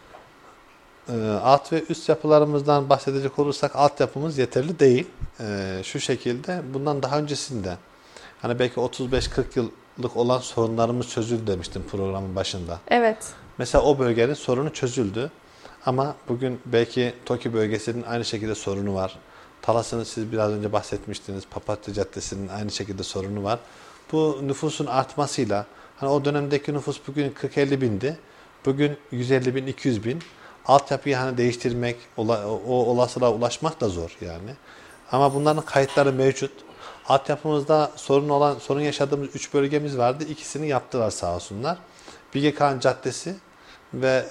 Alt ve üst yapılarımızdan bahsedecek olursak altyapımız yeterli değil. Şu şekilde, bundan daha öncesinde hani belki 35-40 yıllık olan sorunlarımız çözüldü demiştim programın başında. Evet. Mesela o bölgenin sorunu çözüldü. Ama bugün belki TOKİ bölgesinin aynı şekilde sorunu var. Talas'ın siz biraz önce bahsetmiştiniz. Papatya Caddesi'nin aynı şekilde sorunu var. Bu nüfusun artmasıyla hani o dönemdeki nüfus bugün 40-50 bindi. Bugün 150 bin, 200 bin. Altyapıyı hani değiştirmek, o olasılığa ulaşmak da zor yani. Ama bunların kayıtları mevcut. Altyapımızda sorun yaşadığımız 3 bölgemiz vardı. İkisini yaptılar sağ olsunlar. Bilge Kağan Caddesi ve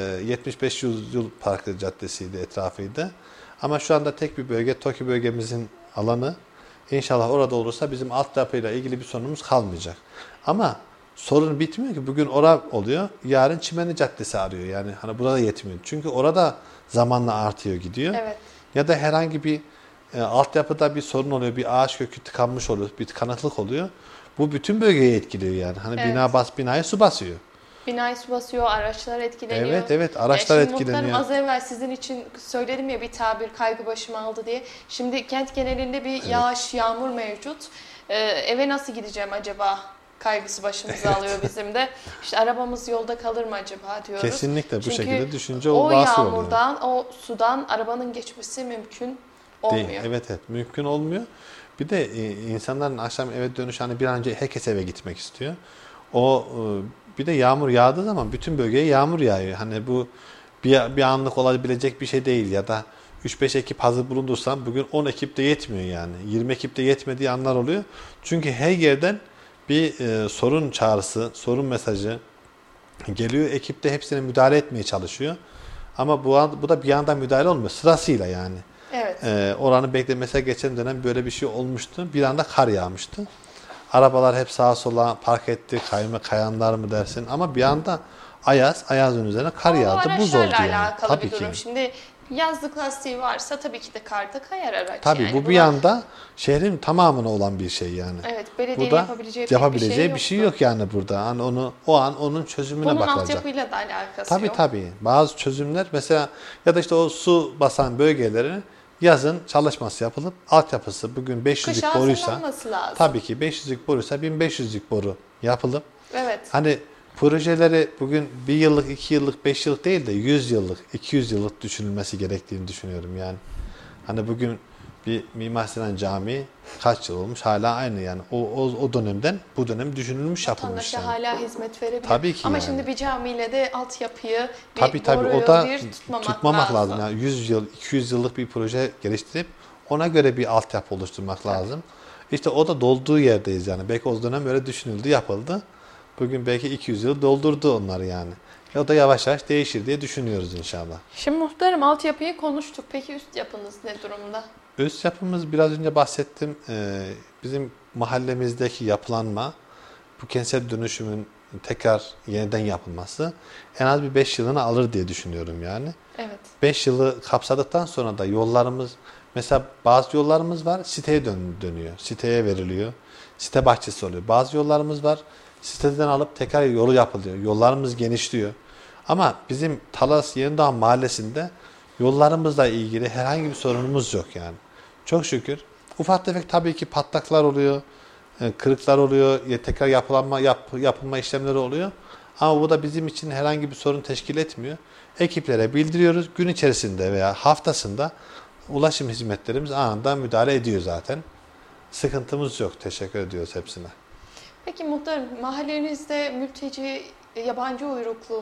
75 Yıl Parkı Caddesi'ydi, etrafıydı. Ama şu anda tek bir bölge, TOKİ bölgemizin alanı. İnşallah orada olursa bizim altyapıyla ilgili bir sorunumuz kalmayacak. Ama sorun bitmiyor ki. Bugün orada oluyor, yarın Çimenli Caddesi arıyor. Yani hani burada yetmiyor. Çünkü orada zamanla artıyor, gidiyor. Evet. Ya da herhangi bir altyapıda bir sorun oluyor, bir ağaç kökü tıkanmış oluyor, bir tıkanıklık oluyor. Bu bütün bölgeyi etkiliyor yani. Hani Evet. binaya su basıyor. Binayı su basıyor, araçlar etkileniyor. Evet, evet, araçlar Şimdi etkileniyor. muhtarım, az evvel sizin için söyledim ya bir tabir, kaygı başımı aldı diye. Şimdi kent genelinde bir yağış, yağmur mevcut. Eve nasıl gideceğim acaba? Kaygısı başımıza alıyor bizim de. İşte arabamız yolda kalır mı acaba diyoruz. Kesinlikle bu Çünkü şekilde düşünce o vasıl oluyor. yağmurdan, o sudan arabanın geçmesi mümkün olmuyor. Değil. Evet, evet, mümkün olmuyor. Bir de insanların akşam eve dönüş hani bir an önce herkes eve gitmek istiyor. O bir de yağmur yağdığı zaman bütün bölgeye yağmur yağıyor. Hani bu bir anlık olabilecek bir şey değil ya da 3-5 ekip hazır bulundursam bugün 10 ekip de yetmiyor yani. 20 ekip de yetmediği anlar oluyor. Çünkü her yerden bir sorun çağrısı, sorun mesajı geliyor. Ekip de hepsine müdahale etmeye çalışıyor. Ama bu da bir anda müdahale olmuyor. Sırasıyla yani. Evet. Oranı mesela geçen dönem böyle bir şey olmuştu. Bir anda kar yağmıştı. Arabalar hep sağa sola park etti. Kayanlar mı dersin? Ama bir anda ayazın üzerine kar Ama yağdı. bu Buz oldu araçlarla yani. alakalı Tabii bir durum. ki. Şimdi yazlık lastiği varsa tabii ki de karda kayar araç. Tabii yani. bu bir anda şehrin tamamına olan bir şey yani. Evet, belediyenin Bu da yapabileceği bir şey yok yani burada. Hani o an onun çözümüne bunun bakılacak. altyapıyla da alakası Tabii yok. tabii. Bazı çözümler mesela ya da işte o su basan bölgeleri yazın çalışması yapılıp altyapısı bugün 500'lük Kışa boruysa hazırlanması lazım. tabii ki 500'lük boruysa 1500'lük boru yapılıp Evet. hani projeleri bugün 1 yıllık, 2 yıllık, 5 yıllık değil de 100 yıllık, 200 yıllık düşünülmesi gerektiğini düşünüyorum yani. Hani bugün bir Mimar Sinan Camii kaç yıl olmuş hala aynı yani. O dönemden bu dönem düşünülmüş, yapılmış Vatandaşa yani. hala hizmet verebilir. Tabii ki Ama yani. şimdi bir camiyle de altyapıyı, bir Tabii boruyu o da bir tutmamak lazım. Yani 100 yıl, 200 yıllık bir proje geliştirip ona göre bir altyapı oluşturmak lazım. İşte o da dolduğu yerdeyiz yani. Belki o dönem öyle düşünüldü, yapıldı. Bugün belki 200 yıl doldurdu onları yani. O da yavaş yavaş değişir diye düşünüyoruz inşallah. Şimdi muhtarım, altyapıyı konuştuk. Peki üst yapınız ne durumda? Üst yapımız biraz önce bahsettim. Bizim mahallemizdeki yapılanma, bu kentsel dönüşümün tekrar yeniden yapılması en az bir 5 yılını alır diye düşünüyorum yani. Evet. 5 yılı kapsadıktan sonra da yollarımız, mesela bazı yollarımız var siteye dönüyor, siteye veriliyor, site bahçesi oluyor. Bazı yollarımız var siteden alıp tekrar yolu yapılıyor, yollarımız genişliyor. Ama bizim Talas Yenidağ Mahallesi'nde yollarımızla ilgili herhangi bir sorunumuz yok yani. Çok şükür. Ufak tefek tabii ki patlaklar oluyor, kırıklar oluyor, tekrar yapılma işlemleri oluyor. Ama bu da bizim için herhangi bir sorun teşkil etmiyor. Ekiplere bildiriyoruz. Gün içerisinde veya haftasında ulaşım hizmetlerimiz anında müdahale ediyor zaten. Sıkıntımız yok. Teşekkür ediyoruz hepsine. Peki muhtarım, mahallenizde mülteci, yabancı uyruklu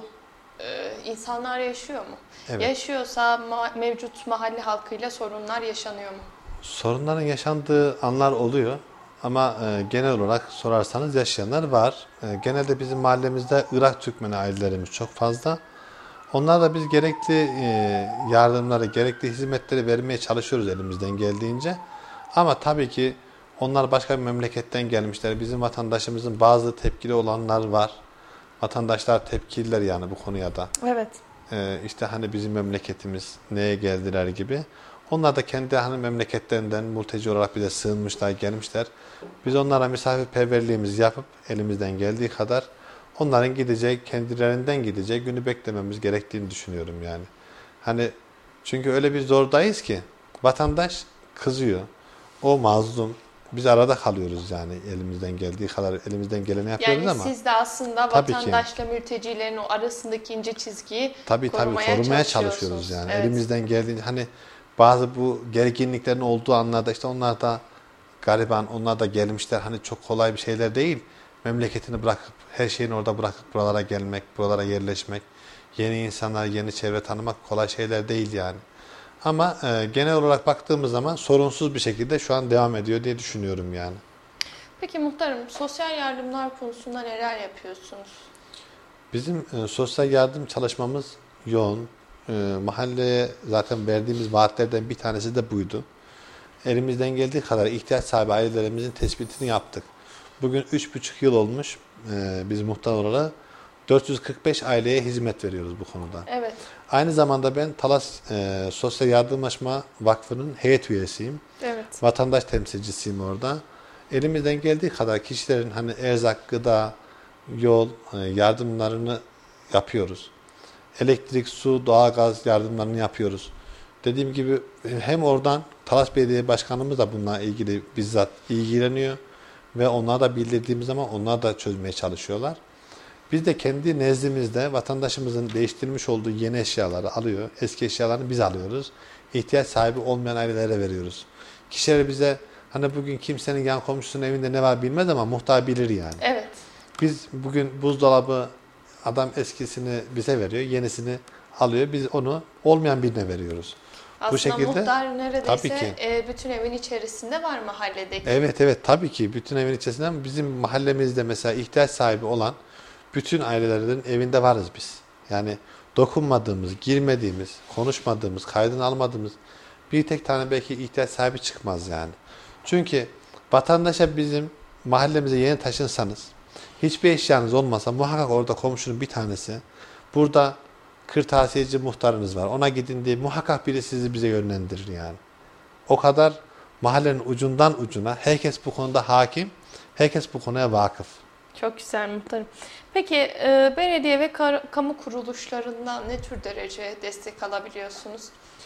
insanlar yaşıyor mu? Evet. Yaşıyorsa mevcut mahalle halkıyla sorunlar yaşanıyor mu? Sorunların yaşandığı anlar oluyor. Ama genel olarak sorarsanız yaşayanlar var. Genelde bizim mahallemizde Irak Türkmeni ailelerimiz çok fazla. Onlar da biz gerekli yardımları, gerekli hizmetleri vermeye çalışıyoruz elimizden geldiğince. Ama tabii ki onlar başka bir memleketten gelmişler. Bizim vatandaşımızın bazı tepkili olanlar var. Vatandaşlar tepkililer yani bu konuya da. Evet. İşte hani bizim memleketimiz neye geldiler gibi. Onlar da kendi hani memleketlerinden mülteci olarak bize sığınmışlar, gelmişler. Biz onlara misafirperverliğimizi yapıp elimizden geldiği kadar onların gidecek, kendilerinden gidecek günü beklememiz gerektiğini düşünüyorum yani. Hani çünkü öyle bir zordayız ki vatandaş kızıyor. O mazlum, biz arada kalıyoruz yani elimizden geldiği kadar elimizden geleni yapıyoruz Yani ama. siz de aslında Tabii ki. vatandaşla mültecilerin o arasındaki ince çizgiyi Tabii korumaya çalışıyoruz yani. Evet. Elimizden geldiğince hani bazı bu gerginliklerin olduğu anlarda işte onlar da gariban, onlar da gelmişler. Hani çok kolay bir şeyler değil. Memleketini bırakıp, her şeyini orada bırakıp buralara gelmek, buralara yerleşmek, yeni insanlar, yeni çevre tanımak kolay şeyler değil yani. Ama genel olarak baktığımız zaman sorunsuz bir şekilde şu an devam ediyor diye düşünüyorum yani. Peki muhtarım, sosyal yardımlar konusunda neler yapıyorsunuz? Bizim sosyal yardım çalışmamız yoğun. Mahalleye zaten verdiğimiz vaatlerden bir tanesi de buydu. Elimizden geldiği kadar ihtiyaç sahibi ailelerimizin tespitini yaptık. Bugün 3,5 yıl olmuş biz muhtar olarak 445 aileye hizmet veriyoruz bu konuda. Evet. Aynı zamanda ben Talas Sosyal Yardımlaşma Vakfı'nın heyet üyesiyim. Evet. Vatandaş temsilcisiyim orada. Elimizden geldiği kadar kişilerin hani erzak, gıda, yol yardımlarını yapıyoruz. Elektrik, su, doğalgaz yardımlarını yapıyoruz. Dediğim gibi hem oradan Talas Belediye Başkanımız da bununla ilgili bizzat ilgileniyor ve onlara da bildirdiğimiz zaman onlar da çözmeye çalışıyorlar. Biz de kendi nezdimizde vatandaşımızın değiştirmiş olduğu yeni eşyaları alıyor, eski eşyalarını biz alıyoruz. İhtiyaç sahibi olmayan ailelere veriyoruz. Kişiler bize hani bugün kimsenin yan komşusunun evinde ne var bilmez ama muhtar bilir yani. Evet. Biz bugün buzdolabı adam eskisini bize veriyor, yenisini alıyor. Biz onu olmayan birine veriyoruz. Aslında bu şekilde muhtar tabii neredeyse ki. Bütün evin içerisinde var mahalledeki. Evet tabii ki bütün evin içerisinden bizim mahallemizde mesela ihtiyaç sahibi olan bütün ailelerin evinde varız biz. Yani dokunmadığımız, girmediğimiz, konuşmadığımız, kaydını almadığımız bir tek tane belki ihtiyaç sahibi çıkmaz yani. Çünkü vatandaşa bizim mahallemize yeni taşınsanız hiçbir eşyanız olmasa muhakkak orada komşunun bir tanesi burada kırtasiyeci muhtarınız var. Ona gidin diye muhakkak biri sizi bize yönlendirir yani. O kadar mahallenin ucundan ucuna herkes bu konuda hakim, herkes bu konuya vakıf. Çok güzel muhtarım. Peki belediye ve kamu kuruluşlarından ne tür derece destek alabiliyorsunuz?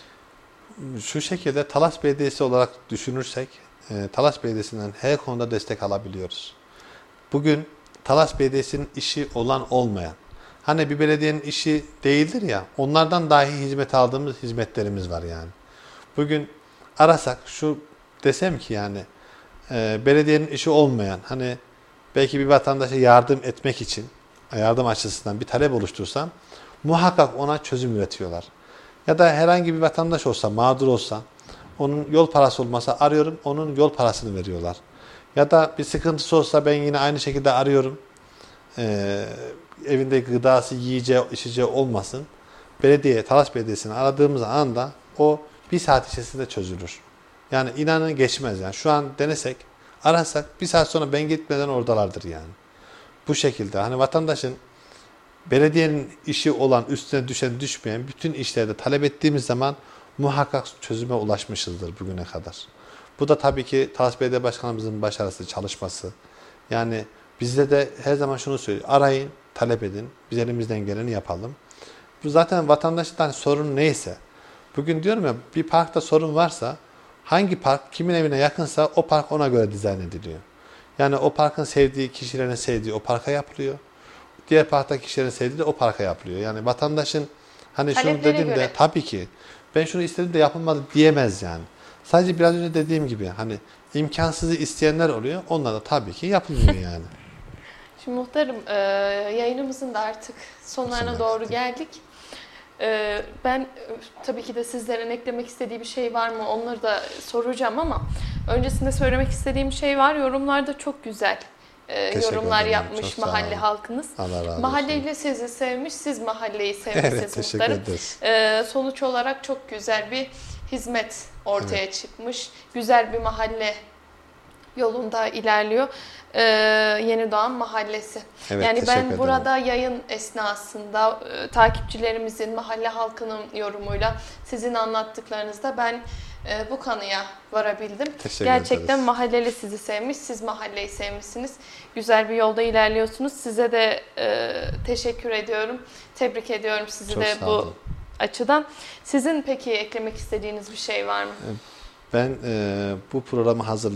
Şu şekilde Talas Belediyesi olarak düşünürsek Talas Belediyesi'nden her konuda destek alabiliyoruz. Bugün Talas Belediyesi'nin işi olan olmayan, hani bir belediyenin işi değildir ya, onlardan dahi hizmet aldığımız hizmetlerimiz var yani. Bugün arasak şu desem ki yani belediyenin işi olmayan, hani belki bir vatandaşa yardım etmek için, yardım açısından bir talep oluştursam muhakkak ona çözüm üretiyorlar. Ya da herhangi bir vatandaş olsa, mağdur olsa, onun yol parası olmasa arıyorum, onun yol parasını veriyorlar. Ya da bir sıkıntısı olsa ben yine aynı şekilde arıyorum. Evinde gıdası, yiyeceği, içeceği olmasın. Talas Belediyesi'ni aradığımız anda o bir saat içerisinde çözülür. Yani inanın geçmez yani. Şu an denesek, arasak bir saat sonra ben gitmeden oradalardır yani. Bu şekilde hani vatandaşın belediyenin işi olan, üstüne düşen düşmeyen bütün işlerde talep ettiğimiz zaman muhakkak çözüme ulaşmışızdır bugüne kadar. Bu da tabii ki Talas Belediye Başkanımızın başarısı, çalışması. Yani bizde de her zaman şunu söylüyor. Arayın, talep edin. Biz elimizden geleni yapalım. Bu zaten vatandaştan sorun neyse. Bugün diyorum ya bir parkta sorun varsa hangi park kimin evine yakınsa o park ona göre dizayn ediliyor. Yani o parkın sevdiği, kişilerin sevdiği o parka yapılıyor. Diğer parktaki kişilerin sevdiği de o parka yapılıyor. Yani vatandaşın hani şunu dedim de tabii ki ben şunu istedim de yapılmadı diyemez yani. Sadece biraz önce dediğim gibi hani imkansızı isteyenler oluyor. Onlar da tabii ki yapılmıyor yani. Şimdi muhtarım yayınımızın da artık sonlarına doğru geldik. Ben tabii ki de sizlerin eklemek istediği bir şey var mı onları da soracağım ama öncesinde söylemek istediğim şey var. Yorumlarda çok güzel yorumlar yapmış mahalle halkınız. Mahalleyle sizi sevmiş, siz mahalleyi sevmişsiniz muhtarım. Sonuç olarak çok güzel bir hizmet ortaya çıkmış. Güzel bir mahalle yolunda ilerliyor. Yeni Doğan Mahallesi. Evet, yani ben ederim. burada yayın esnasında takipçilerimizin, mahalle halkının yorumuyla sizin anlattıklarınızda ben bu kanıya varabildim. Gerçekten mahalleli sizi sevmiş, siz mahalleyi sevmişsiniz. Güzel bir yolda ilerliyorsunuz. Size de teşekkür ediyorum. Tebrik ediyorum sizi Çok de bu açıdan. Sizin peki eklemek istediğiniz bir şey var mı? Ben bu programı hazırlayan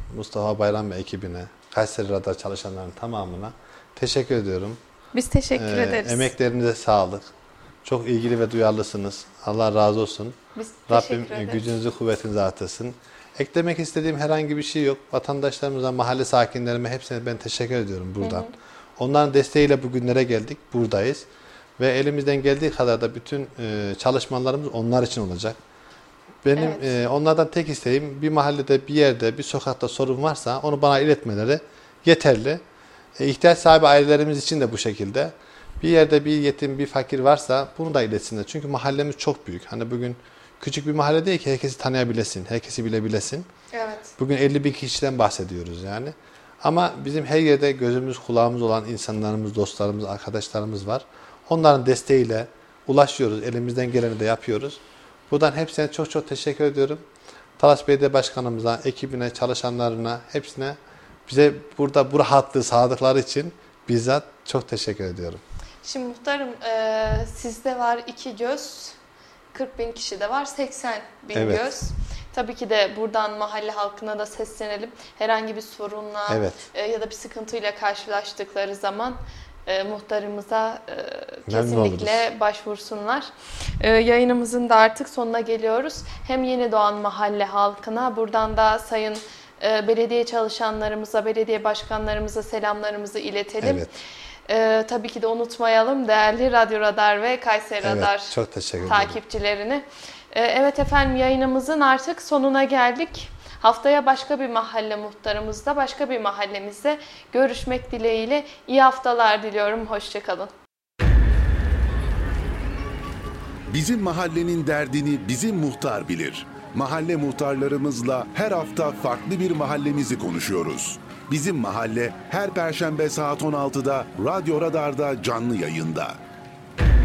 Mustafa Bayram ve ekibine, Kayseri Radar çalışanların tamamına teşekkür ediyorum. Biz teşekkür ederiz. Emeklerinize sağlık. Çok ilgili ve duyarlısınız. Allah razı olsun. Biz Rabbim teşekkür ederiz. gücünüzü, kuvvetinizi artırsın. Eklemek istediğim herhangi bir şey yok. Vatandaşlarımıza, mahalle sakinlerime hepsine ben teşekkür ediyorum buradan. Onların desteğiyle bugünlere geldik, buradayız. Ve elimizden geldiği kadar da bütün çalışmalarımız onlar için olacak. Benim onlardan tek isteğim bir mahallede, bir yerde, bir sokakta sorun varsa onu bana iletmeleri yeterli. İhtiyaç sahibi ailelerimiz için de bu şekilde. Bir yerde bir yetim, bir fakir varsa bunu da iletsinler. Çünkü mahallemiz çok büyük. Hani bugün küçük bir mahalle değil ki herkesi tanıyabilesin, herkesi bilebilesin. Evet. Bugün 50.000 kişiden bahsediyoruz yani. Ama bizim her yerde gözümüz, kulağımız olan insanlarımız, dostlarımız, arkadaşlarımız var. Onların desteğiyle ulaşıyoruz. Elimizden geleni de yapıyoruz. Buradan hepsine çok çok teşekkür ediyorum. Talas Belediye Başkanımıza, ekibine, çalışanlarına, hepsine bize burada bu rahatlığı sağladıkları için bizzat çok teşekkür ediyorum. Şimdi muhtarım sizde var 2 göz, 40.000 kişi de var 80.000 göz. Tabii ki de buradan mahalle halkına da seslenelim. Herhangi bir sorunla ya da bir sıkıntıyla karşılaştıkları zaman muhtarımıza kesinlikle başvursunlar. Yayınımızın da artık sonuna geliyoruz. Hem Yeni Doğan mahalle halkına, buradan da sayın belediye çalışanlarımıza, belediye başkanlarımıza selamlarımızı iletelim. Tabii ki de unutmayalım değerli Radyo Radar ve Kayseri Radar çok teşekkür takipçilerini. Evet efendim, yayınımızın artık sonuna geldik. Haftaya başka bir mahalle muhtarımızda, başka bir mahallemizde görüşmek dileğiyle iyi haftalar diliyorum. Hoşçakalın. Bizim mahallenin derdini bizim muhtar bilir. Mahalle muhtarlarımızla her hafta farklı bir mahallemizi konuşuyoruz. Bizim mahalle her Perşembe saat 16'da Radyo Radar'da canlı yayında.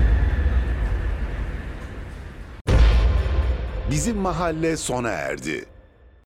Bizim mahalle sona erdi.